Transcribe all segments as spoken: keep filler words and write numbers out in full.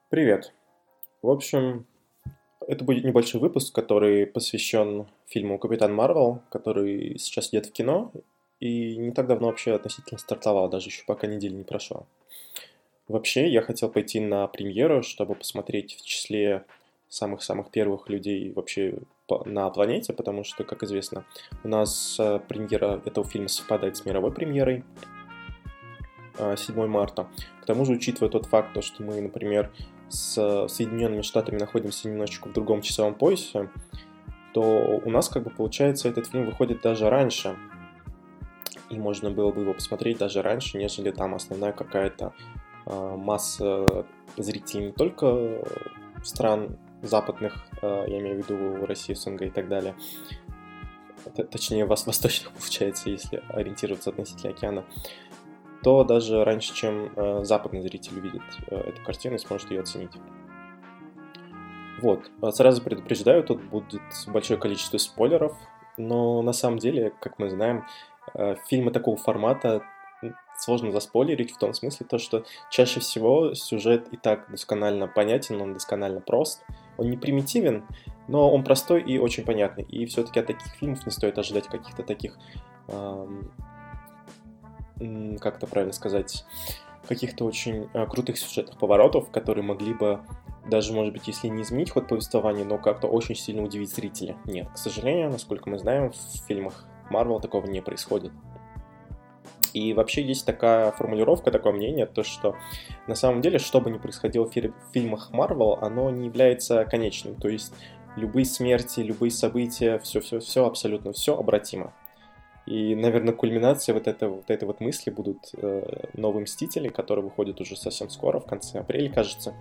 Привет. В общем, это будет небольшой выпуск, который посвящен фильму «Капитан Марвел», который сейчас идет в кино и не так давно вообще относительно стартовал, даже еще пока недели не прошла. Вообще, я хотел пойти на премьеру, чтобы посмотреть в числе самых-самых первых людей вообще по- на планете, потому что, как известно, у нас э, премьера этого фильма совпадает с мировой премьерой э, седьмого марта. К тому же, учитывая тот факт, то, что мы, например, с Соединенными Штатами находимся немножечко в другом часовом поясе, то у нас, как бы, получается, этот фильм выходит даже раньше. И можно было бы его посмотреть даже раньше, нежели там основная какая-то э, масса зрителей не только стран западных, э, я имею в виду Россию, СНГ и так далее, Т- точнее, вос- восточных, получается, если ориентироваться относительно океана, то даже раньше, чем э, западный зритель увидит э, эту картину и сможет ее оценить. Вот, а сразу предупреждаю, тут будет большое количество спойлеров, но на самом деле, как мы знаем, э, фильмы такого формата м, сложно заспойлерить в том смысле, то, что чаще всего сюжет и так досконально понятен, он досконально прост, он не примитивен, но он простой и очень понятный. И все-таки от таких фильмов не стоит ожидать каких-то таких, ам, м, как это правильно сказать, каких-то очень э, крутых сюжетных поворотов, которые могли бы даже, может быть, если не изменить ход повествования, но как-то очень сильно удивить зрителя. Нет, к сожалению, насколько мы знаем, в фильмах Marvel такого не происходит. И вообще есть такая формулировка, такое мнение, то что на самом деле, что бы ни происходило в фи- в фильмах Marvel, оно не является конечным. То есть любые смерти, любые события, все-все-все, абсолютно все обратимо. И, наверное, кульминацией вот, это, вот этой вот мысли будут э, новые «Мстители», которые выходят уже совсем скоро, в конце апреля, кажется.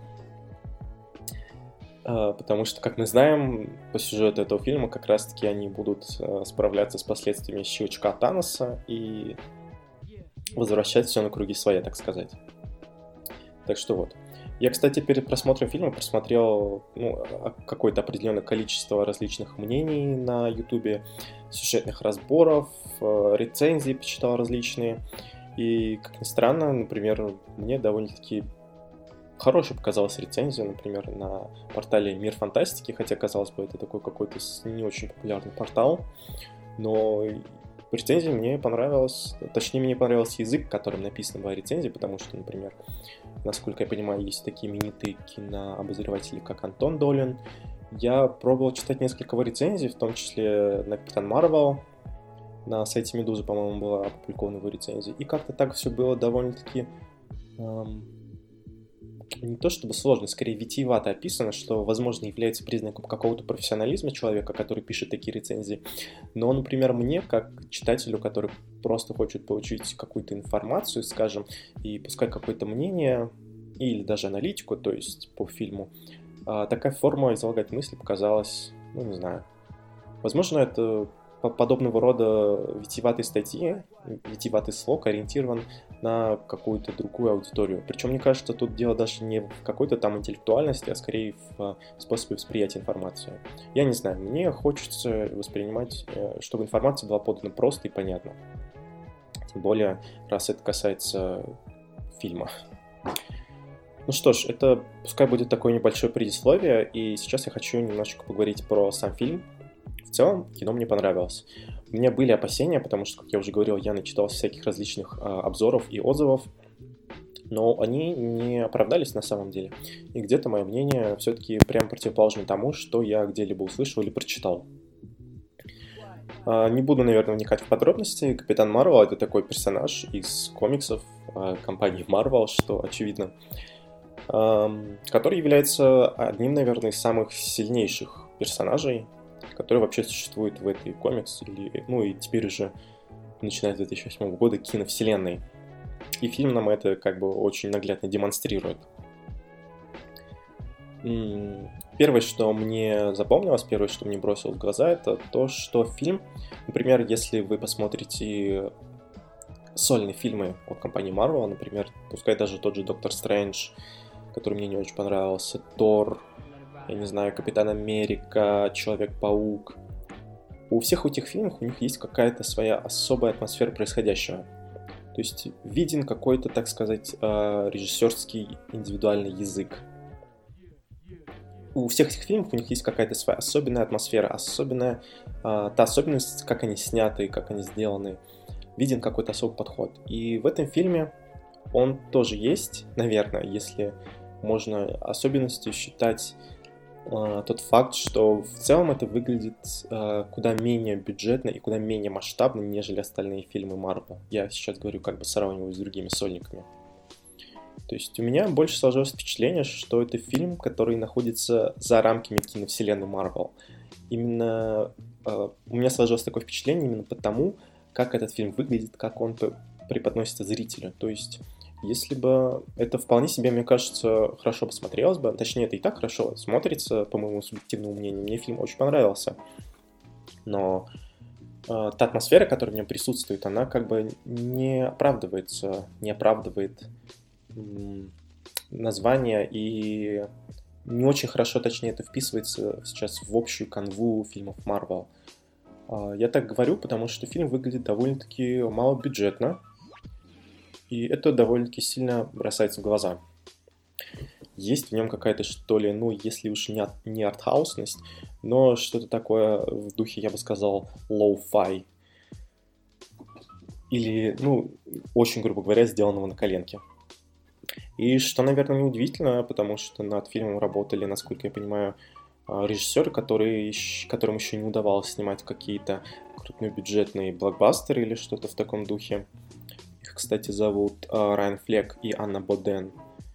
Э, потому что, как мы знаем, по сюжету этого фильма как раз-таки они будут э, справляться с последствиями щелчка Таноса и возвращать все на круги своя, так сказать. Так что вот. Я, кстати, перед просмотром фильма просмотрел ну, а- какое-то определенное количество различных мнений на Ютубе, сюжетных разборов, э, рецензий почитал различные. И, как ни странно, например, мне довольно-таки хорошей показалась рецензия, например, на портале Мир Фантастики, хотя, казалось бы, это такой какой-то с- не очень популярный портал, но в рецензии мне понравилось, точнее, мне понравился язык, которым написана была рецензия, потому что, например, насколько я понимаю, есть такие именитые кинообозреватели, как Антон Долин. Я пробовал читать несколько его рецензий, в том числе на Капитан Марвел. На сайте Медузы, по-моему, была опубликована его рецензия. И как-то так все было довольно-таки эм, не то чтобы сложно, скорее витиевато описано, что, возможно, является признаком какого-то профессионализма человека, который пишет такие рецензии. Но, например, мне, как читателю, который просто хочет получить какую-то информацию, скажем, и пускай какое-то мнение, или даже аналитику, то есть по фильму, а, такая форма излагать мысли показалась, ну, не знаю. Возможно, это по- подобного рода витиеватые статьи, витиеватый слог ориентирован на какую-то другую аудиторию. Причем, мне кажется, тут дело даже не в какой-то там интеллектуальности, а скорее в э, способе восприятия информации. Я не знаю, мне хочется воспринимать, э, чтобы информация была подана просто и понятно. Тем более, раз это касается фильма. Ну что ж, это пускай будет такое небольшое предисловие, и сейчас я хочу немножечко поговорить про сам фильм. В целом, кино мне понравилось. У меня были опасения, потому что, как я уже говорил, я начитался всяких различных а, обзоров и отзывов, но они не оправдались на самом деле. И где-то мое мнение все-таки прям противоположно тому, что я где-либо услышал или прочитал. А, не буду, наверное, вникать в подробности. Капитан Марвел — это такой персонаж из комиксов а, компании Marvel, что очевидно, ам, который является одним, наверное, из самых сильнейших персонажей, который вообще существует в этой комикс, или, ну и теперь уже, начиная с две тысячи восьмого года, киновселенной. И фильм нам это как бы очень наглядно демонстрирует. М, Первое, что мне запомнилось, первое, что мне бросилось в глаза, это то, что фильм, например, если вы посмотрите сольные фильмы от компании Marvel, например, пускай даже тот же Доктор Стрэндж, который мне не очень понравился, Тор, я не знаю, Капитан Америка, Человек-паук. У всех этих фильмов у них есть какая-то своя особая атмосфера происходящего. То есть виден какой-то, так сказать, э, режиссерский индивидуальный язык. у всех этих фильмов у них есть какая-то своя особенная атмосфера, особенная а, та особенность, как они сняты, как они сделаны. Виден какой-то особый подход. И в этом фильме он тоже есть, наверное, если можно особенностью считать а, тот факт, что в целом это выглядит а, куда менее бюджетно и куда менее масштабно, нежели остальные фильмы Marvel. Я сейчас говорю, как бы сравниваю с другими сольниками. То есть у меня больше сложилось впечатление, что это фильм, который находится за рамками киновселенной Marvel. Именно э, у меня сложилось такое впечатление именно потому, как этот фильм выглядит, как он преподносится зрителю. То есть, если бы это вполне себе, мне кажется, хорошо бы смотрелось бы, точнее, это и так хорошо смотрится, по моему субъективному мнению, мне фильм очень понравился. Но э, та атмосфера, которая в нем присутствует, она как бы не оправдывается, не оправдывает название, и не очень хорошо, точнее, это вписывается сейчас в общую канву фильмов Marvel. Я так говорю, потому что фильм выглядит довольно-таки малобюджетно, и это довольно-таки сильно бросается в глаза. Есть в нем какая-то, что ли, ну, если уж не, не артхаусность, но что-то такое в духе, я бы сказал, лоу-фай. Или, ну, очень, грубо говоря, сделанного на коленке. И что, наверное, неудивительно, потому что над фильмом работали, насколько я понимаю, режиссеры, которые, которым еще не удавалось снимать какие-то крупнобюджетные блокбастеры или что-то в таком духе. Их, кстати, зовут Райан Флек и Анна Боден.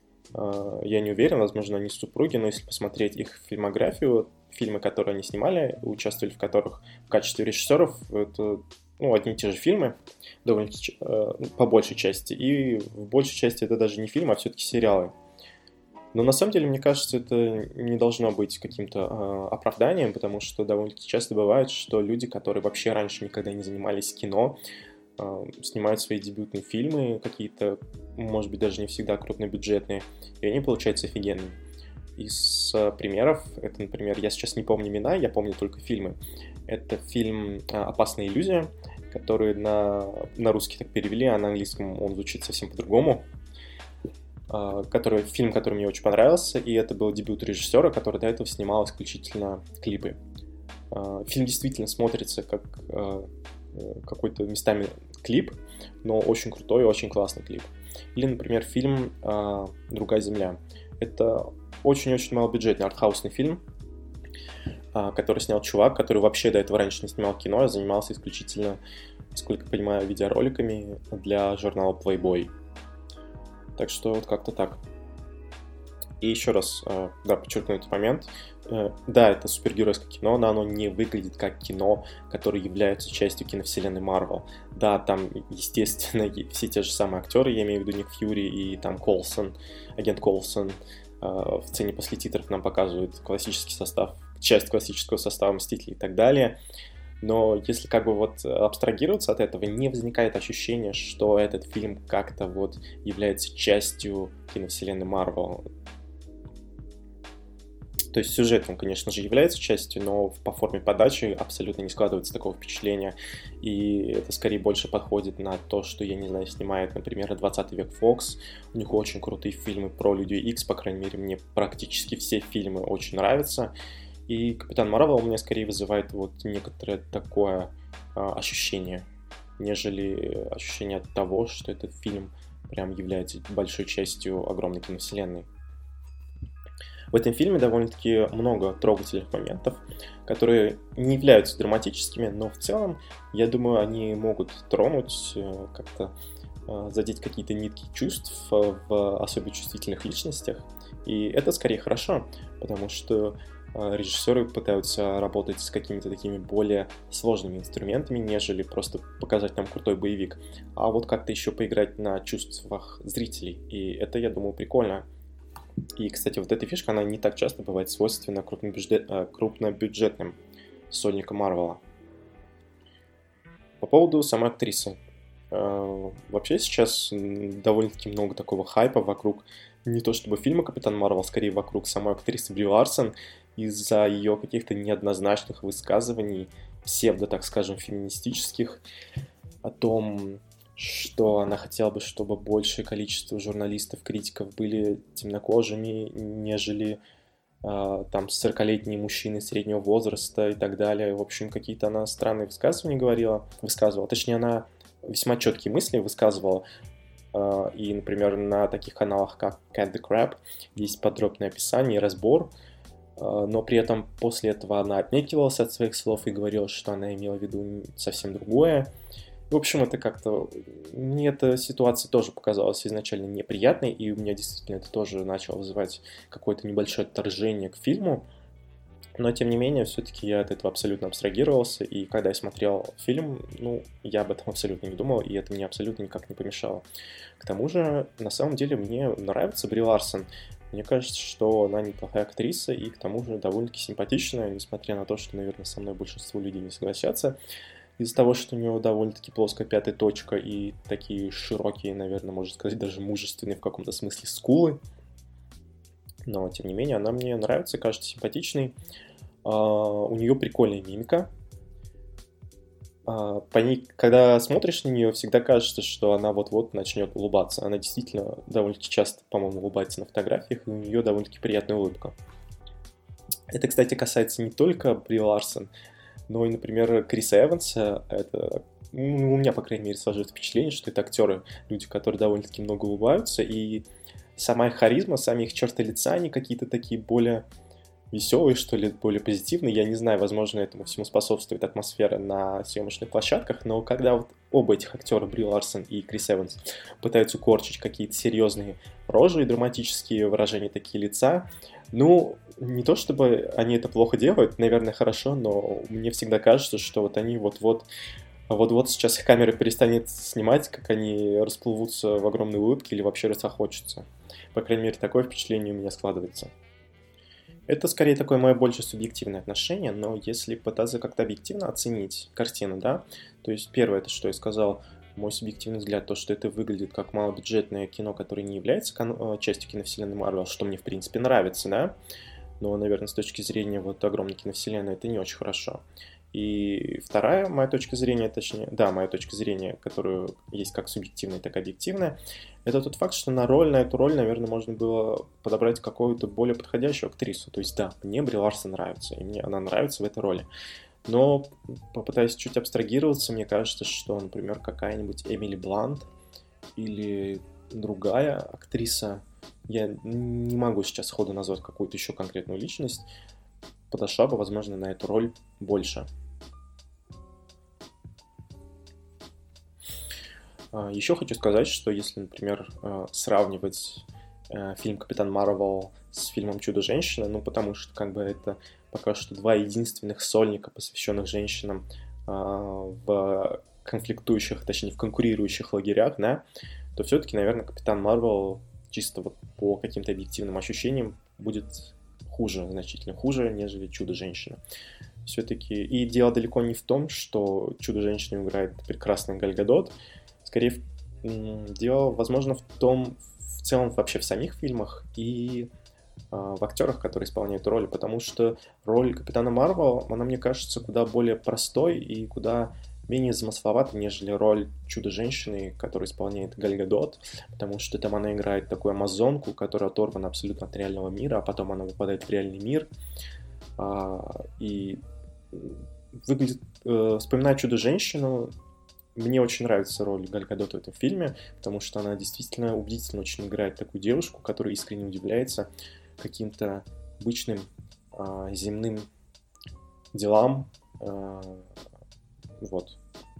Я не уверен, возможно, они супруги, но если посмотреть их фильмографию, фильмы, которые они снимали, участвовали в которых в качестве режиссеров, это... Ну, одни и те же фильмы, довольно-таки э, по большей части. И в большей части это даже не фильмы, а все-таки сериалы. Но на самом деле, мне кажется, это не должно быть каким-то э, оправданием, потому что довольно-таки часто бывает, что люди, которые вообще раньше никогда не занимались кино, э, снимают свои дебютные фильмы, какие-то, может быть, даже не всегда крупнобюджетные, и они получаются офигенными. Из э, примеров, это, например, я сейчас не помню имена, я помню только фильмы. Это фильм «Опасная иллюзия», который на, на русский так перевели, а на английском он звучит совсем по-другому. Который, фильм, который мне очень понравился, и это был дебют режиссера, который до этого снимал исключительно клипы. Фильм действительно смотрится как какой-то местами клип, но очень крутой и очень классный клип. Или, например, фильм «Другая земля». Это очень-очень малобюджетный артхаусный фильм, который снял чувак, который вообще до этого раньше не снимал кино, а занимался исключительно, насколько я понимаю, видеороликами для журнала Playboy. Так что вот как-то так. И еще раз, да, подчеркну этот момент. Да, это супергеройское кино, но оно не выглядит как кино, которое является частью киновселенной Marvel. Да, там, естественно, все те же самые актеры, я имею в виду Ник Фьюри и там Колсон, агент Колсон. В сцене после титров нам показывают классический состав, часть классического состава Мстителей и так далее. Но если как бы вот абстрагироваться от этого, не возникает ощущения, что этот фильм как-то вот является частью киновселенной Marvel. То есть сюжет, он, конечно же, является частью, но по форме подачи абсолютно не складывается такого впечатления. И это скорее больше подходит на то, что, я не знаю, снимает, например, двадцатый век Fox. У них очень крутые фильмы про Людей Икс, по крайней мере, мне практически все фильмы очень нравятся. И Капитан Марвел у меня скорее вызывает вот некоторое такое а, ощущение, нежели ощущение от того, что этот фильм прям является большой частью огромной киновселенной. В этом фильме довольно-таки много трогательных моментов, которые не являются драматическими, но в целом, я думаю, они могут тронуть, как-то задеть какие-то нитки чувств в особо чувствительных личностях. И это скорее хорошо, потому что режиссеры пытаются работать с какими-то такими более сложными инструментами, нежели просто показать нам крутой боевик, а вот как-то еще поиграть на чувствах зрителей. И это, я думаю, прикольно. И, кстати, вот эта фишка, она не так часто бывает свойственна крупнобюджет... крупнобюджетным сольникам Марвела. По поводу самой актрисы. Вообще сейчас довольно-таки много такого хайпа вокруг не то чтобы фильма «Капитан Марвел», скорее вокруг самой актрисы Бри Ларсон из-за ее каких-то неоднозначных высказываний, псевдо, так скажем, феминистических, о том, что она хотела бы, чтобы большее количество журналистов, критиков были темнокожими, нежели там сорокалетние мужчины среднего возраста и так далее. В общем, какие-то она странные высказывания говорила, высказывала. Точнее, она весьма четкие мысли высказывала. И, например, на таких каналах, как Cat the Crab, есть подробное описание и разбор. Но при этом после этого она отнекивалась от своих слов и говорила, что она имела в виду совсем другое. В общем, это как-то... Мне эта ситуация тоже показалась изначально неприятной, и у меня действительно это тоже начало вызывать какое-то небольшое отторжение к фильму. Но, тем не менее, все-таки я от этого абсолютно абстрагировался, и когда я смотрел фильм, ну, я об этом абсолютно не думал, и это мне абсолютно никак не помешало. К тому же, на самом деле, мне нравится Бри Ларсон. Мне кажется, что она неплохая актриса, и к тому же довольно-таки симпатичная, несмотря на то, что, наверное, со мной большинство людей не согласятся. Из-за того, что у него довольно-таки плоская пятая точка и такие широкие, наверное, можно сказать, даже мужественные в каком-то смысле скулы. Но, тем не менее, она мне нравится, кажется симпатичной. Uh, у нее прикольная мимика. Uh, по ней, когда смотришь на нее, всегда кажется, что она вот-вот начнет улыбаться. Она действительно довольно-таки часто, по-моему, улыбается на фотографиях, и у нее довольно-таки приятная улыбка. Это, кстати, касается не только Бри Ларсон, но и, например, Криса Эванса. Это, ну, у меня, по крайней мере, сложилось впечатление, что это актеры, люди, которые довольно-таки много улыбаются, и сама их харизма, сами их черты лица, они какие-то такие более веселые, что ли, более позитивные. Я не знаю, возможно, этому всему способствует атмосфера на съемочных площадках, но когда вот оба этих актера, Бри Ларсон и Крис Эванс, пытаются корчить какие-то серьезные рожи и драматические выражения такие лица, ну, не то чтобы они это плохо делают, наверное, хорошо, но мне всегда кажется, что вот они вот-вот вот-вот сейчас их камера перестанет снимать, как они расплывутся в огромной улыбке или вообще расхохочутся. По крайней мере, такое впечатление у меня складывается. Это скорее такое мое больше субъективное отношение, но если пытаться как-то объективно оценить картину, да, то есть первое, это что я сказал, мой субъективный взгляд, то, что это выглядит как малобюджетное кино, которое не является кон- частью киновселенной Марвел, что мне, в принципе, нравится, да, но, наверное, с точки зрения вот огромной киновселенной это не очень хорошо. И вторая моя точка зрения, точнее, да, моя точка зрения, которую есть как субъективная, так и объективная, это тот факт, что на роль, на эту роль, наверное, можно было подобрать какую-то более подходящую актрису. То есть, да, мне Бри Ларсон нравится, и мне она нравится в этой роли. Но, попытаясь чуть абстрагироваться, мне кажется, что, например, какая-нибудь Эмили Блант или другая актриса, я не могу сейчас сходу назвать какую-то еще конкретную личность, подошла бы, возможно, на эту роль больше. Еще хочу сказать, что если, например, сравнивать фильм «Капитан Марвел» с фильмом «Чудо-женщина», ну, потому что, как бы, это пока что два единственных сольника, посвященных женщинам в конфликтующих, точнее, в конкурирующих лагерях, да, то все-таки, наверное, «Капитан Марвел» чисто вот по каким-то объективным ощущениям будет хуже, значительно хуже, нежели «Чудо-женщина». Все-таки, и дело далеко не в том, что «Чудо-женщину» играет прекрасный Галь Гадот. Скорее, дело, возможно, в том, в целом вообще в самих фильмах и э, в актерах, которые исполняют роли, потому что роль Капитана Марвел, она, мне кажется, куда более простой и куда менее замысловатой, нежели роль Чудо-женщины, которую исполняет Галь Гадот, потому что там она играет такую амазонку, которая оторвана абсолютно от реального мира, а потом она выпадает в реальный мир, э, и выглядит, э, вспоминая Чудо-женщину, мне очень нравится роль Галь Гадот в этом фильме, потому что она действительно убедительно очень играет такую девушку, которая искренне удивляется каким-то обычным э, земным делам. Э, вот.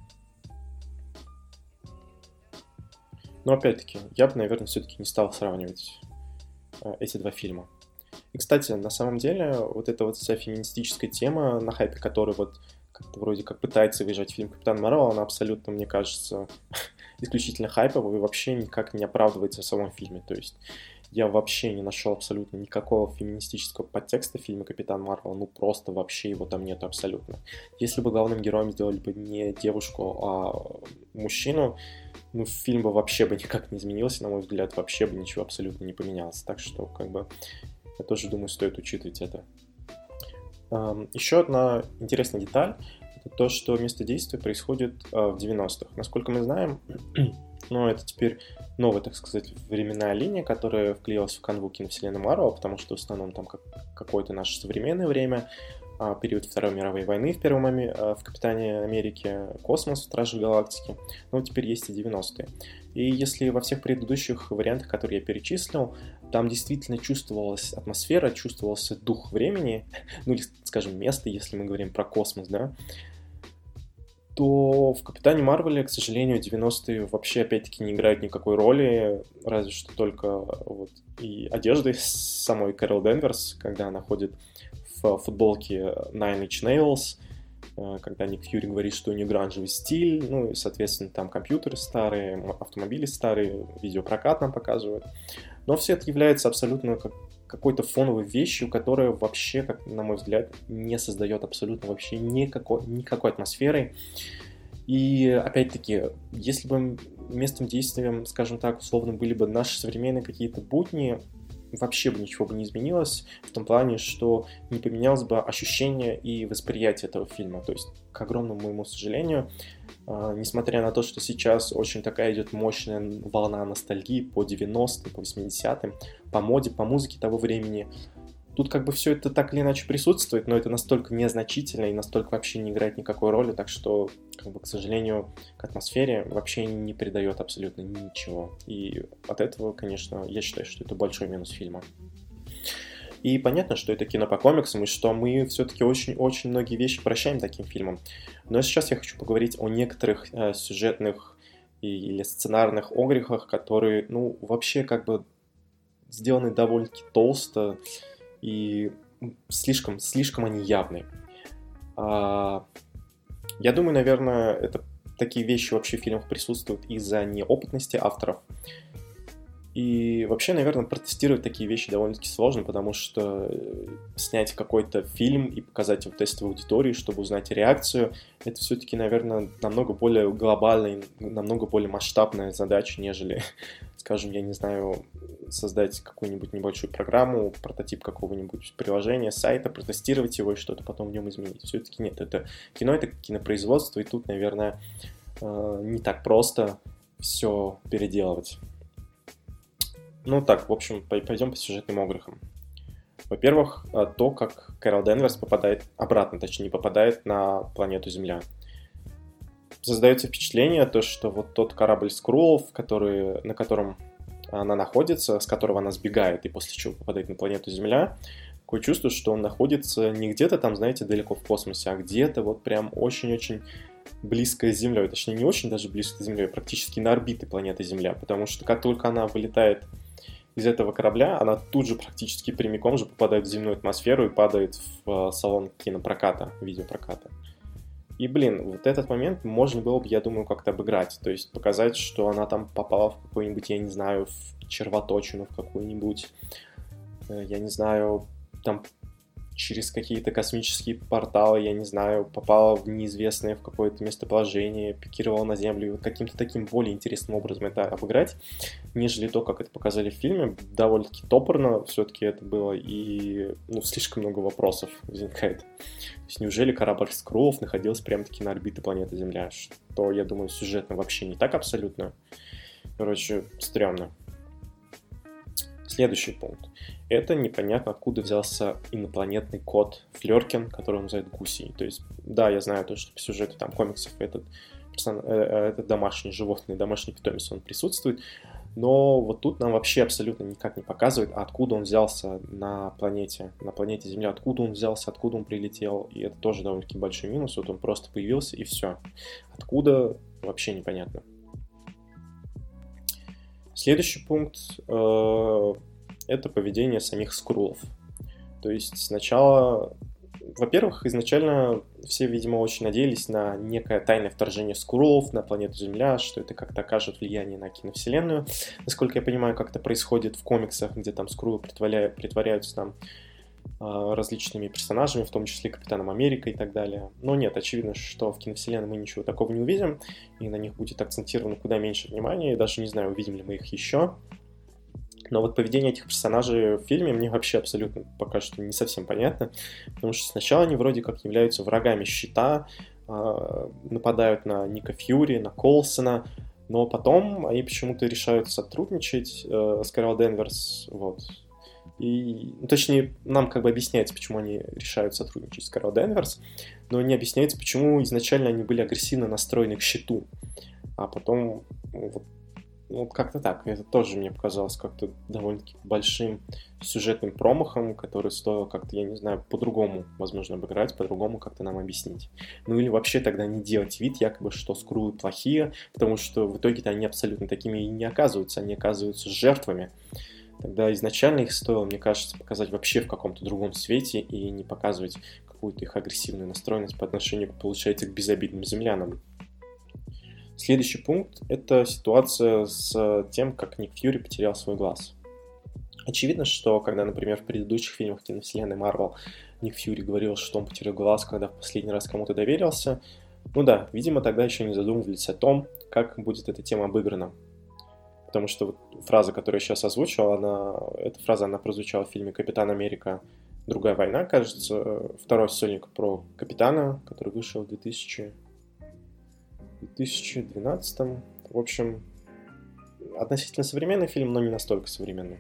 Но опять-таки, я бы, наверное, все-таки не стал сравнивать э, эти два фильма. И, кстати, на самом деле, вот эта вот вся феминистическая тема, на хайпе которой вот как-то вроде как пытается выезжать фильм «Капитан Марвел», она абсолютно, мне кажется, исключительно хайповая и вообще никак не оправдывается в самом фильме. То есть я вообще не нашел абсолютно никакого феминистического подтекста в фильме «Капитан Марвел», ну просто вообще его там нет абсолютно. Если бы главным героем сделали бы не девушку, а мужчину, ну фильм бы вообще бы никак не изменился, на мой взгляд, вообще бы ничего абсолютно не поменялось. Так что, как бы, я тоже думаю, стоит учитывать это. Еще одна интересная деталь — это то, что место действия происходит в девяностых. Насколько мы знаем, Но это теперь новая, так сказать, временная линия, которая вклеилась в канву киновселенной Марвел, потому что в основном там как, какое-то наше современное время, а, период Второй мировой войны в первом аме- а, в Капитане Америки, космос, Стражи Галактики, ну, теперь есть и девяностые. И если во всех предыдущих вариантах, которые я перечислил, там действительно чувствовалась атмосфера, чувствовался дух времени, ну или, скажем, место, если мы говорим про космос, да, то в Капитане Марвеле, к сожалению, девяностые вообще, опять-таки, не играют никакой роли, разве что только вот и одежды самой Кэрол Денверс, когда она ходит в футболке Nine Inch Nails, э, когда Ник Фьюри говорит, что у нее гранжевый стиль, ну и, соответственно, там компьютеры старые, м- автомобили старые, видеопрокат нам показывают. Но все это является абсолютно как какой-то фоновой вещью, которая вообще, как на мой взгляд, не создает абсолютно вообще никакой, никакой атмосферы. И опять-таки, если бы местом действия, скажем так, условно, были бы наши современные какие-то будни, вообще бы ничего бы не изменилось в том плане, что не поменялось бы ощущение и восприятие этого фильма. То есть, к огромному моему сожалению, а, несмотря на то, что сейчас очень такая идет мощная волна ностальгии по девяностым, по восьмидесятым, по моде, по музыке того времени, тут как бы все это так или иначе присутствует, но это настолько незначительно и настолько вообще не играет никакой роли, так что, как бы, к сожалению, к атмосфере вообще не придает абсолютно ничего. И от этого, конечно, я считаю, что это большой минус фильма. И понятно, что это кино по комиксам, и что мы все-таки очень-очень многие вещи прощаем таким фильмам. Но сейчас я хочу поговорить о некоторых э, сюжетных и- или сценарных огрехах, которые, ну, вообще как бы сделаны довольно-таки толсто, и слишком, слишком они явны. А, я думаю, наверное, это такие вещи вообще в фильмах присутствуют из-за неопытности авторов. И вообще, наверное, протестировать такие вещи довольно-таки сложно, потому что э, снять какой-то фильм и показать его тестовой аудитории, чтобы узнать реакцию, это все-таки, наверное, намного более глобальная, намного более масштабная задача, нежели, скажем, я не знаю, создать какую-нибудь небольшую программу, прототип какого-нибудь приложения, сайта, протестировать его и что-то потом в нем изменить. Все-таки нет, это кино, это кинопроизводство, и тут, наверное, э, не так просто все переделывать. Ну так, в общем, пойдем по сюжетным огрехам. Во-первых, э, то, как Кэрол Денверс попадает обратно, точнее, не попадает на планету Земля. Создается впечатление, то, что вот тот корабль Скруллов, который, на котором она находится, с которого она сбегает и после чего попадает на планету Земля, такое чувство, что он находится не где-то там, знаете, далеко в космосе, а где-то вот прям очень-очень близко с Землей. Точнее, не очень даже близко с Землей, а практически на орбите планеты Земля, потому что как только она вылетает из этого корабля, она тут же практически прямиком же попадает в земную атмосферу и падает в э, салон кинопроката, видеопроката. И, блин, вот этот момент можно было бы, я думаю, как-то обыграть. То есть показать, что она там попала в какой-нибудь, я не знаю, в червоточину, в какую-нибудь, э, я не знаю, там через какие-то космические порталы, я не знаю, попала в неизвестное в какое-то местоположение, пикировала на Землю, и вот каким-то таким более интересным образом это обыграть, нежели то, как это показали в фильме. Довольно-таки топорно все-таки это было, и ну, слишком много вопросов возникает. То есть неужели корабль Скруллов находился прямо-таки на орбите планеты Земля, что, я думаю, сюжетно вообще не так абсолютно. Короче, стрёмно. Следующий пункт. Это непонятно, откуда взялся инопланетный кот Флёркин, который он называет Гусей. То есть, да, я знаю то, что по сюжету там комиксов этот, персон... этот домашний животный, домашний питомец, он присутствует, но вот тут нам вообще абсолютно никак не показывает, откуда он взялся на планете, на планете Земля, откуда он взялся, откуда он прилетел, и это тоже довольно-таки большой минус, вот он просто появился и все. Откуда, вообще непонятно. Следующий пункт э, это поведение самих скруллов. То есть сначала, во-первых, изначально все, видимо, очень надеялись на некое тайное вторжение скруллов на планету Земля, что это как-то окажет влияние на киновселенную. Насколько я понимаю, как это происходит в комиксах, где там скруллы притворяют, притворяются там различными персонажами, в том числе Капитаном Америка и так далее. Но нет, очевидно, что в киновселенной мы ничего такого не увидим, и на них будет акцентировано куда меньше внимания, и даже не знаю, увидим ли мы их еще. Но вот поведение этих персонажей в фильме мне вообще абсолютно пока что не совсем понятно, потому что сначала они вроде как являются врагами Щита, нападают на Ника Фьюри, на Коулсона, Но потом они почему-то решают сотрудничать э, с Кэрол Денверс, вот. И, ну, точнее, нам как бы объясняется, почему они решают сотрудничать с Кэрол Денверс, но не объясняется, почему изначально они были агрессивно настроены к щиту, а потом вот, вот как-то так. Это тоже мне показалось как-то довольно-таки большим сюжетным промахом, который стоило как-то, я не знаю, по-другому, возможно, обыграть, по-другому как-то нам объяснить. Ну или вообще тогда не делать вид, якобы, что скрулы плохие, потому что в итоге-то они абсолютно такими и не оказываются, они оказываются жертвами. Тогда изначально их стоило, мне кажется, показать вообще в каком-то другом свете и не показывать какую-то их агрессивную настроенность по отношению, получается, к безобидным землянам. Следующий пункт – это ситуация с тем, как Ник Фьюри потерял свой глаз. Очевидно, что когда, например, в предыдущих фильмах киновселенной Марвел Ник Фьюри говорил, что он потерял глаз, когда в последний раз кому-то доверился, ну да, видимо, тогда еще не задумывались о том, как будет эта тема обыграна. Потому что вот фраза, которую я сейчас озвучил, она, эта фраза, она прозвучала в фильме «Капитан Америка. Другая война», кажется, второй сольник про Капитана, который вышел в две тысячи двенадцатом. В общем, относительно современный фильм, но не настолько современный.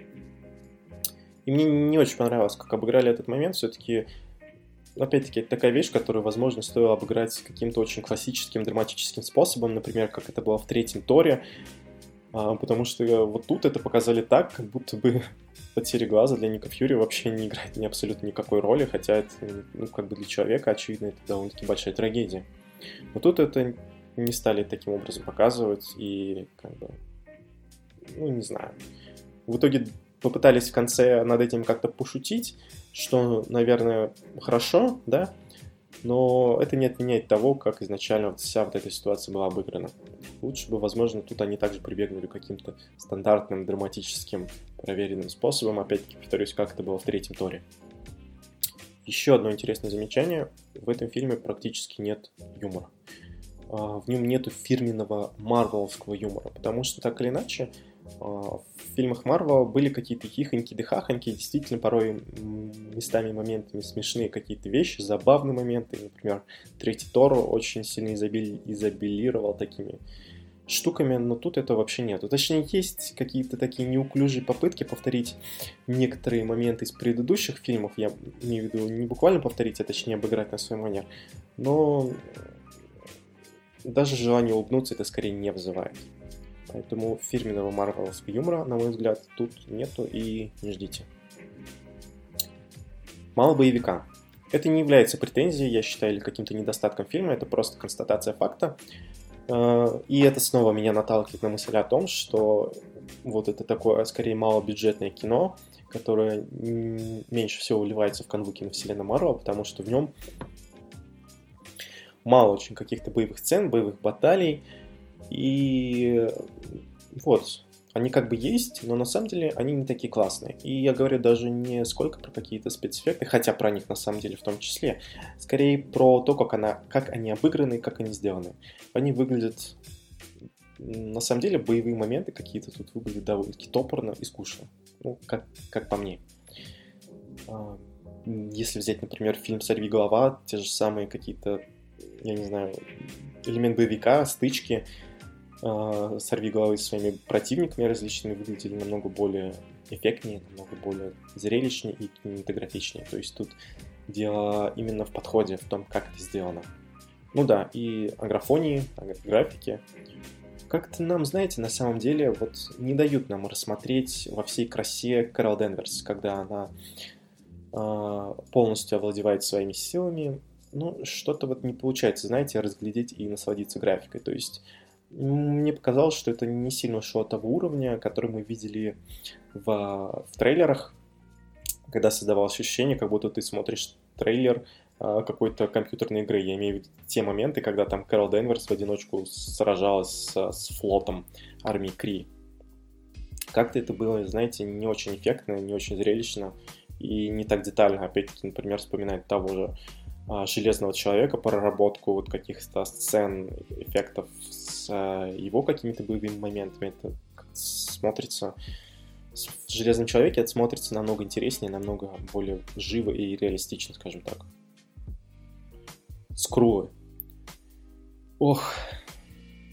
И мне не очень понравилось, как обыграли этот момент. Все-таки, опять-таки, это такая вещь, которую, возможно, стоило обыграть каким-то очень классическим драматическим способом, например, как это было в третьем Торе. А, потому что вот тут это показали так, как будто бы потеря глаза для Ника Фьюри вообще не играет ни абсолютно никакой роли, хотя это, ну, как бы для человека, очевидно, это довольно-таки большая трагедия. Но тут это не стали таким образом показывать, и как бы, ну, не знаю. В итоге попытались в конце над этим как-то пошутить, что, наверное, хорошо, да, но это не отменяет того, как изначально вся вот эта ситуация была обыграна. Лучше бы, возможно, тут они также прибегнули к каким-то стандартным, драматическим, проверенным способом. Опять-таки, повторюсь, как это было в третьем Торе. Еще одно интересное замечание. В этом фильме практически нет юмора. В нем нету фирменного марвеловского юмора, потому что, так или иначе, в фильмах Марвел были какие-то хихоньки да хахоньки, действительно порой местами, моментами смешные какие-то вещи, забавные моменты. Например, третий Тор очень сильно изобили... изобилировал такими штуками, но тут этого вообще нету. Точнее, есть какие-то такие неуклюжие попытки повторить некоторые моменты из предыдущих фильмов, я имею в виду не буквально повторить, а точнее обыграть на свой манер, но даже желание улыбнуться это скорее не вызывает. Поэтому фирменного марвеловского юмора, на мой взгляд, тут нету и не ждите. Мало боевика. Это не является претензией, я считаю, или каким-то недостатком фильма, это просто констатация факта. И это снова меня наталкивает на мысль о том, что вот это такое, скорее, малобюджетное кино, которое меньше всего вливается в канву киновселенной Марвел, потому что в нем мало очень каких-то боевых сцен, боевых баталий. И вот, они как бы есть, но на самом деле они не такие классные. И я говорю даже не сколько про какие-то спецэффекты, хотя про них на самом деле в том числе. Скорее про то, как, она, как они обыграны, как они сделаны. Они выглядят... На самом деле боевые моменты какие-то тут выглядят довольно-таки топорно и скучно. Ну, как, как по мне. Если взять, например, фильм «Сорвиголова», те же самые какие-то, я не знаю, элемент боевика, стычки, «Сорвиголовы» с своими противниками различными выглядели намного более эффектнее, намного более зрелищнее и кинематографичнее. То есть тут дело именно в подходе, в том, как это сделано. Ну да, и о графонии, о графике. Как-то нам, знаете, на самом деле вот не дают нам рассмотреть во всей красе Кэрол Денверс, когда она э, полностью овладевает своими силами. Ну, что-то вот не получается, знаете, разглядеть и насладиться графикой. То есть мне показалось, что это не сильно шоу того уровня, который мы видели в, в трейлерах, когда создавалось ощущение, как будто ты смотришь трейлер а, какой-то компьютерной игры. Я имею в виду те моменты, когда там Кэрол Денверс в одиночку сражалась с, с флотом армии Кри. Как-то это было, знаете, не очень эффектно, не очень зрелищно и не так детально. Опять-таки, например, вспоминать того же Железного Человека, проработку вот каких-то сцен, эффектов с его какими-то боевыми моментами. Это смотрится... В Железном Человеке это смотрится намного интереснее, намного более живо и реалистично, скажем так. Скрулы. Ох.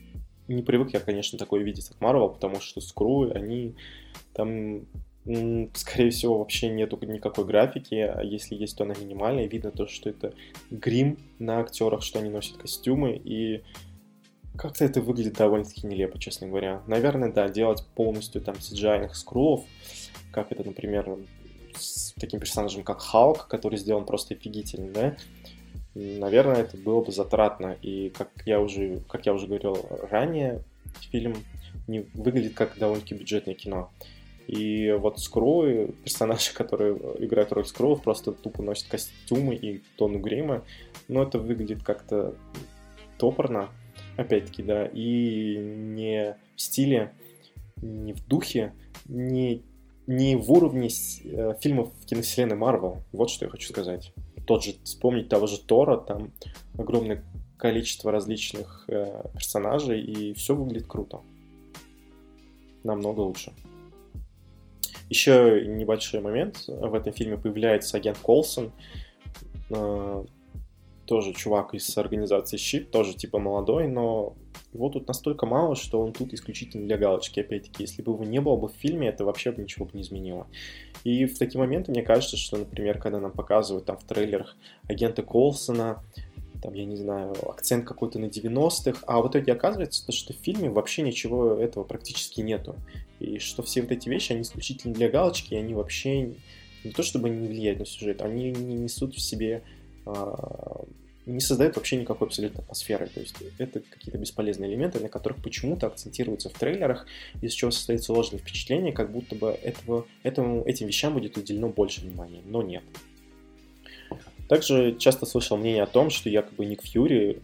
не привык я, конечно, такое видеть от Marvel, потому что Скру, они там, скорее всего, вообще нету никакой графики, а если есть, то она минимальная. Видно то, что это грим на актерах, что они носят костюмы, и как-то это выглядит довольно-таки нелепо, честно говоря. Наверное, да, делать полностью там си джи ай-ных скрулов, как это, например, с таким персонажем, как Халк, который сделан просто офигительно, да, наверное, это было бы затратно. И, как я уже, как я уже говорил ранее, фильм не выглядит как довольно-таки бюджетное кино. И вот Скрулы, персонажи, которые играют роль Скрулов, просто тупо носят костюмы и тону грима. Но это выглядит как-то топорно, опять-таки, да, и не в стиле, не в духе, не, не в уровне э, фильмов в киновселенной Marvel. Вот что я хочу сказать. Тот же, вспомнить того же Тора, там огромное количество различных э, персонажей, и все выглядит круто. Намного лучше. Еще небольшой момент. В этом фильме появляется агент Колсон, э, тоже чувак из организации щит, тоже типа молодой, но его тут настолько мало, что он тут исключительно для галочки. Опять-таки, если бы его не было бы в фильме, это вообще бы ничего бы не изменило. И в такие моменты мне кажется, что, например, когда нам показывают там в трейлерах агента Колсона, там, я не знаю, акцент какой-то на девяностых, а в итоге оказывается, что в фильме вообще ничего этого практически нету. И что все вот эти вещи, они исключительно для галочки, и они вообще не то чтобы не влияют на сюжет, они не несут в себе, а, не создают вообще никакой абсолютно атмосферы. То есть это какие-то бесполезные элементы, на которых почему-то акцентируются в трейлерах, из чего состоит ложное впечатление, как будто бы этого, этому, этим вещам будет уделено больше внимания, но нет. Также часто слышал мнение о том, что якобы Ник Фьюри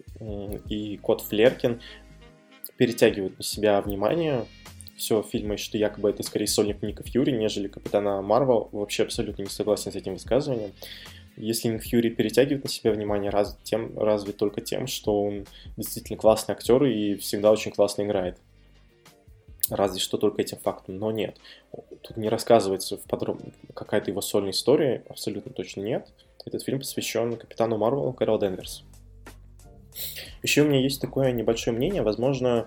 и Кот Флеркин перетягивают на себя внимание все фильмы, что якобы это скорее сольник Ника Фьюри, нежели Капитана Марвел. Вообще абсолютно не согласен с этим высказыванием. Если Ник Фьюри перетягивает на себя внимание, разве, тем, разве только тем, что он действительно классный актер и всегда очень классно играет. Разве что только этим фактом, но нет. Тут не рассказывается в подроб... какая-то его сольная история, абсолютно точно нет. Этот фильм посвящен Капитану Марвелу Кэрол Денверс. Еще у меня есть такое небольшое мнение, возможно,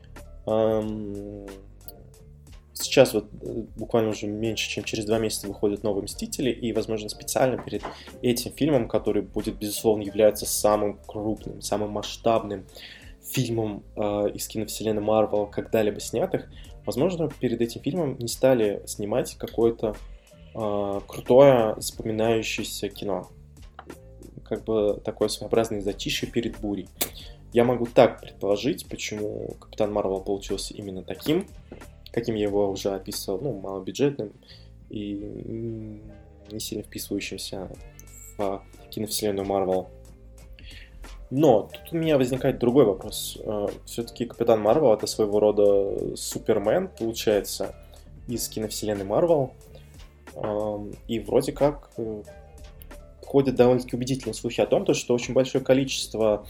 эм... сейчас вот буквально уже меньше, чем через два месяца выходят новые «Мстители», и, возможно, специально перед этим фильмом, который будет, безусловно, являться самым крупным, самым масштабным фильмом э, из киновселенной Marvel когда-либо снятых, возможно, перед этим фильмом не стали снимать какое-то э, крутое, запоминающееся кино. Как бы такое своеобразное затишье перед бурей. Я могу так предположить, почему Капитан Марвел получился именно таким, каким я его уже описывал, ну, малобюджетным и не сильно вписывающимся в киновселенную Marvel. Но тут у меня возникает другой вопрос. Все-таки Капитан Марвел — это своего рода Супермен, получается, из киновселенной Marvel. И вроде как ходят довольно-таки убедительные слухи о том, что очень большое количество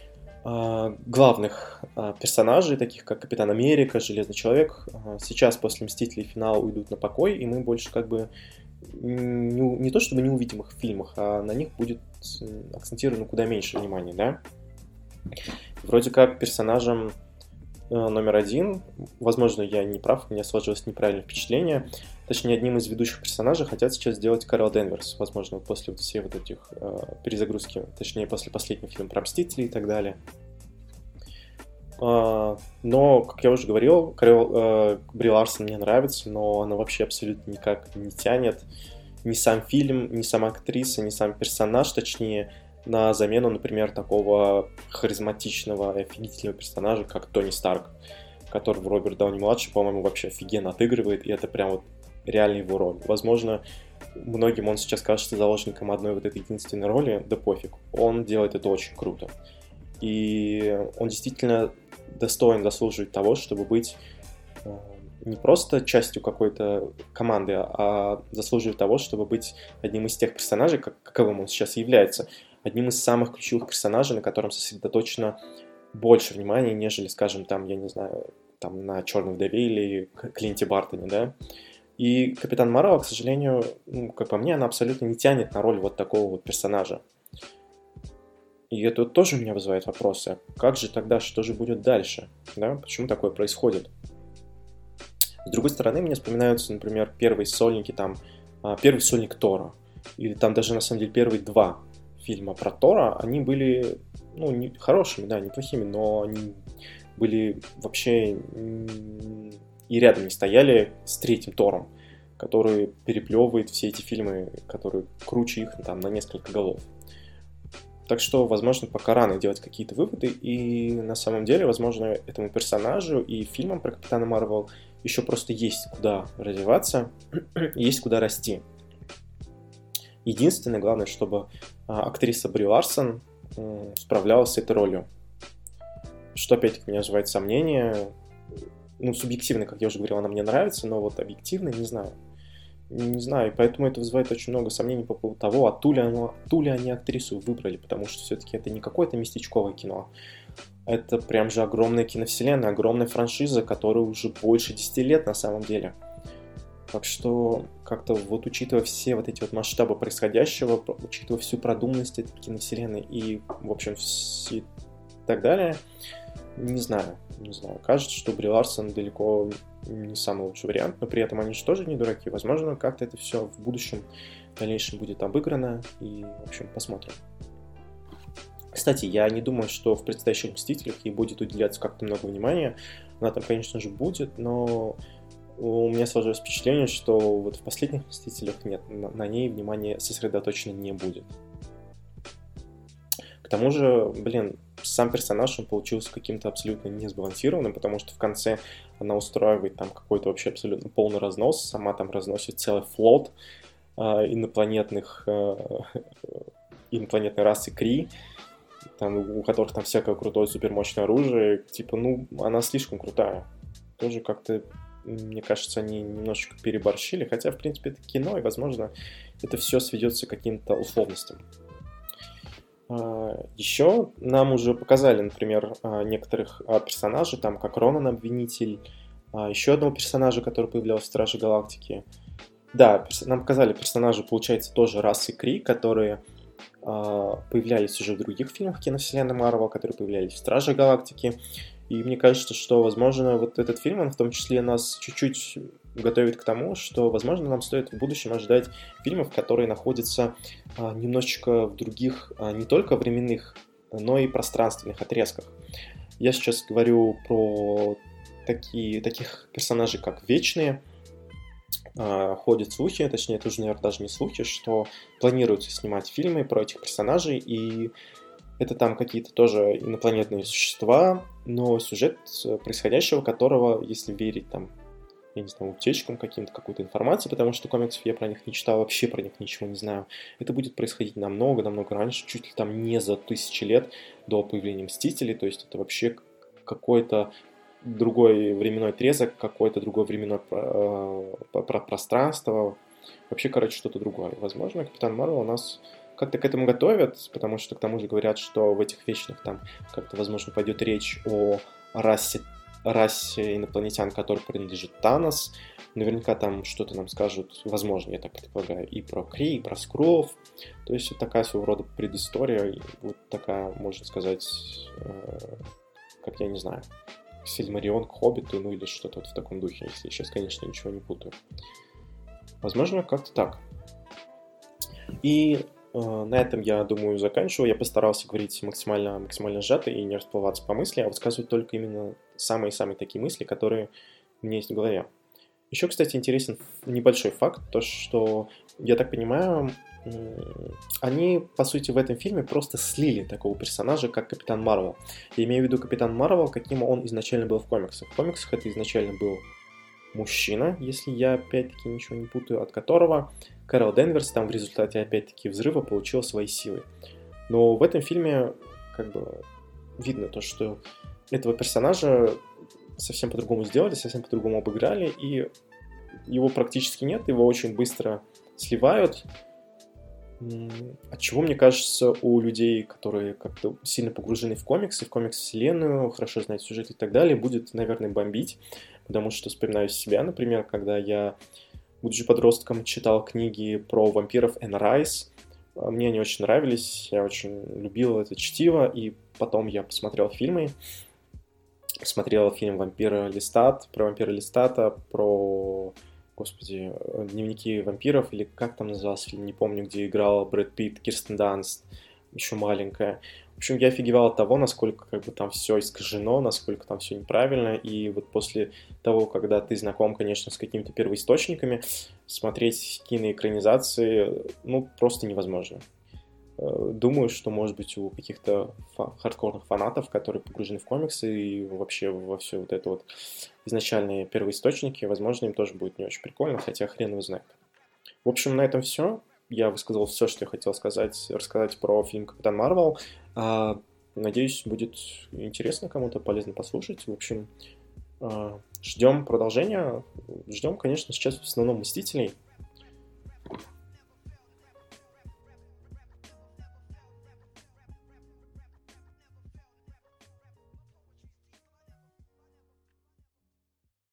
главных персонажей, таких как Капитан Америка, Железный Человек, сейчас после Мстителей финала уйдут на покой, и мы больше как бы не, не то чтобы не увидим их в фильмах, а на них будет акцентировано куда меньше внимания, да? Вроде как персонажем номер один, возможно, я не прав, у меня сложилось неправильное впечатление, точнее, одним из ведущих персонажей хотят сейчас сделать Кэрол Денверс, возможно, после вот всех вот этих э, перезагрузки, точнее, после последнего фильма про Мстителей и так далее. Uh, но, как я уже говорил, Кэрол, uh, Бри Ларсон мне нравится, но она вообще абсолютно никак не тянет ни сам фильм, ни сама актриса, ни сам персонаж, точнее, на замену, например, такого харизматичного и офигительного персонажа, как Тони Старк, которого Роберт Дауни-младший, по-моему, вообще офигенно отыгрывает, и это прям вот реально его роль. Возможно, многим он сейчас кажется заложником одной вот этой единственной роли, да пофиг, он делает это очень круто. И он действительно достоин, заслуживает того, чтобы быть э, не просто частью какой-то команды, а заслуживает того, чтобы быть одним из тех персонажей, как, каковым он сейчас является, одним из самых ключевых персонажей, на котором сосредоточено больше внимания, нежели, скажем, там, я не знаю, там, на Черной вдове или Клинте Бартоне, да. И Капитан Марвел, к сожалению, ну, как по мне, она абсолютно не тянет на роль вот такого вот персонажа. И это тоже у меня вызывает вопросы. Как же тогда, что же будет дальше? Да? Почему такое происходит? С другой стороны, мне вспоминаются, например, первые сольники, там, первый сольник Тора. Или там даже, на самом деле, первые два фильма про Тора, они были, ну, не, хорошими, да, неплохими, но они были вообще и рядом не стояли с третьим Тором, который переплевывает все эти фильмы, которые круче их там на несколько голов. Так что, возможно, пока рано делать какие-то выводы, и на самом деле, возможно, этому персонажу и фильмам про Капитана Марвел еще просто есть куда развиваться, есть куда расти. Единственное, главное, чтобы актриса Бри Ларсон справлялась с этой ролью. Что, опять-таки, меня вызывает сомнения. Ну, субъективно, как я уже говорил, она мне нравится, но вот объективно не знаю. Не знаю, и поэтому это вызывает очень много сомнений по поводу того, а ту ли, оно, ту ли они актрису выбрали, потому что все-таки это не какое-то местечковое кино. Это прям же огромная киновселенная, огромная франшиза, которая уже больше десяти лет на самом деле. Так что, как-то вот учитывая все вот эти вот масштабы происходящего, учитывая всю продуманность этой киновселенной и, в общем, все и так далее, не знаю, не знаю. Кажется, что Бри Ларсон далеко не самый лучший вариант, но при этом они же тоже не дураки. Возможно, как-то это все в будущем, в дальнейшем будет обыграно, и, в общем, посмотрим. Кстати, я не думаю, что в предстоящих «Мстителях» ей будет уделяться как-то много внимания. Она там, конечно же, будет, но у меня сложилось впечатление, что вот в последних «Мстителях» нет, на, на ней внимание сосредоточено не будет. К тому же, блин, сам персонаж, он получился каким-то абсолютно несбалансированным, потому что в конце она устраивает там какой-то вообще абсолютно полный разнос, сама там разносит целый флот э, инопланетных, э, инопланетной расы Кри, там, у которых там всякое крутое супермощное оружие, типа, ну, она слишком крутая. Тоже как-то, мне кажется, они немножечко переборщили, хотя, в принципе, это кино, и, возможно, это все сведется к каким-то условностям. Еще нам уже показали, например, некоторых персонажей, там, как Ронан Обвинитель, еще одного персонажа, который появлялся в Страже Галактики. Да, нам показали персонажи, получается, тоже расы Кри, которые появлялись уже в других фильмах киновселенной Марвел, которые появлялись в Страже Галактики. И мне кажется, что, возможно, вот этот фильм, он в том числе нас чуть-чуть готовит к тому, что, возможно, нам стоит в будущем ожидать фильмов, которые находятся а, немножечко в других, а, не только временных, но и пространственных отрезках. Я сейчас говорю про такие, таких персонажей, как Вечные. А, ходят слухи, точнее, это уже, наверное, даже не слухи, что планируется снимать фильмы про этих персонажей, и это там какие-то тоже инопланетные существа, но сюжет происходящего которого, если верить там, я не знаю, утечкам каким-то, какой-то информации, потому что комиксов я про них не читал, вообще про них ничего не знаю. Это будет происходить намного-намного раньше, чуть ли там не за тысячи лет до появления Мстителей, то есть это вообще какой-то другой временной отрезок, какое-то другое временное э, пространство, вообще, короче, что-то другое. Возможно, Капитан Марвел у нас как-то к этому готовят, потому что к тому же говорят, что в этих Вечных там как-то, возможно, пойдет речь о расе расе инопланетян, которой принадлежит Танос. Наверняка там что-то нам скажут, возможно, я так предполагаю, и про Кри, и про Скруллов. То есть это такая своего рода предыстория, вот такая, можно сказать, э, как я не знаю, Сильмарион к Хоббиту, ну или что-то вот в таком духе, если я сейчас, конечно, ничего не путаю. Возможно, как-то так. И на этом, я думаю, заканчиваю. Я постарался говорить максимально, максимально сжато и не расплываться по мысли, а высказывать только именно самые-самые такие мысли, которые у меня есть в голове. Еще, кстати, интересен небольшой факт, то что, я так понимаю, они, по сути, в этом фильме просто слили такого персонажа, как Капитан Марвел. Я имею в виду Капитан Марвел, каким он изначально был в комиксах. В комиксах это изначально был мужчина, если я опять-таки ничего не путаю, от которого Кэрол Денверс там в результате опять-таки взрыва получил свои силы. Но в этом фильме как бы видно то, что этого персонажа совсем по-другому сделали, совсем по-другому обыграли, и его практически нет, его очень быстро сливают. Отчего, мне кажется, у людей, которые как-то сильно погружены в комиксы, в комикс-вселенную, хорошо знают сюжет и так далее, будет, наверное, бомбить. Потому что вспоминаю себя, например, когда я, будучи подростком, читал книги про вампиров Энн Райс, Мне они очень нравились, я очень любил это чтиво, и потом я посмотрел фильмы. Смотрел фильм «Вампир Лестат», про вампира Лестата, про, господи, «Дневники вампиров», или как там назывался фильм, не помню, где играл Брэд Питт, Кирстен Данст, еще маленькая. В общем, я офигевал от того, насколько как бы там все искажено, насколько там все неправильно, и вот после того, когда ты знаком, конечно, с какими-то первоисточниками, смотреть киноэкранизации, ну, просто невозможно. Думаю, что, может быть, у каких-то фа- хардкорных фанатов, которые погружены в комиксы и вообще во все вот это вот изначальные первоисточники, возможно, им тоже будет не очень прикольно, хотя хрен его знает. В общем, на этом все. Я высказал все, что я хотел сказать, рассказать про фильм «Капитан Марвел». А, Надеюсь, будет интересно кому-то, полезно послушать. В общем, а, ждем продолжения. Ждем, конечно, сейчас в основном «Мстителей».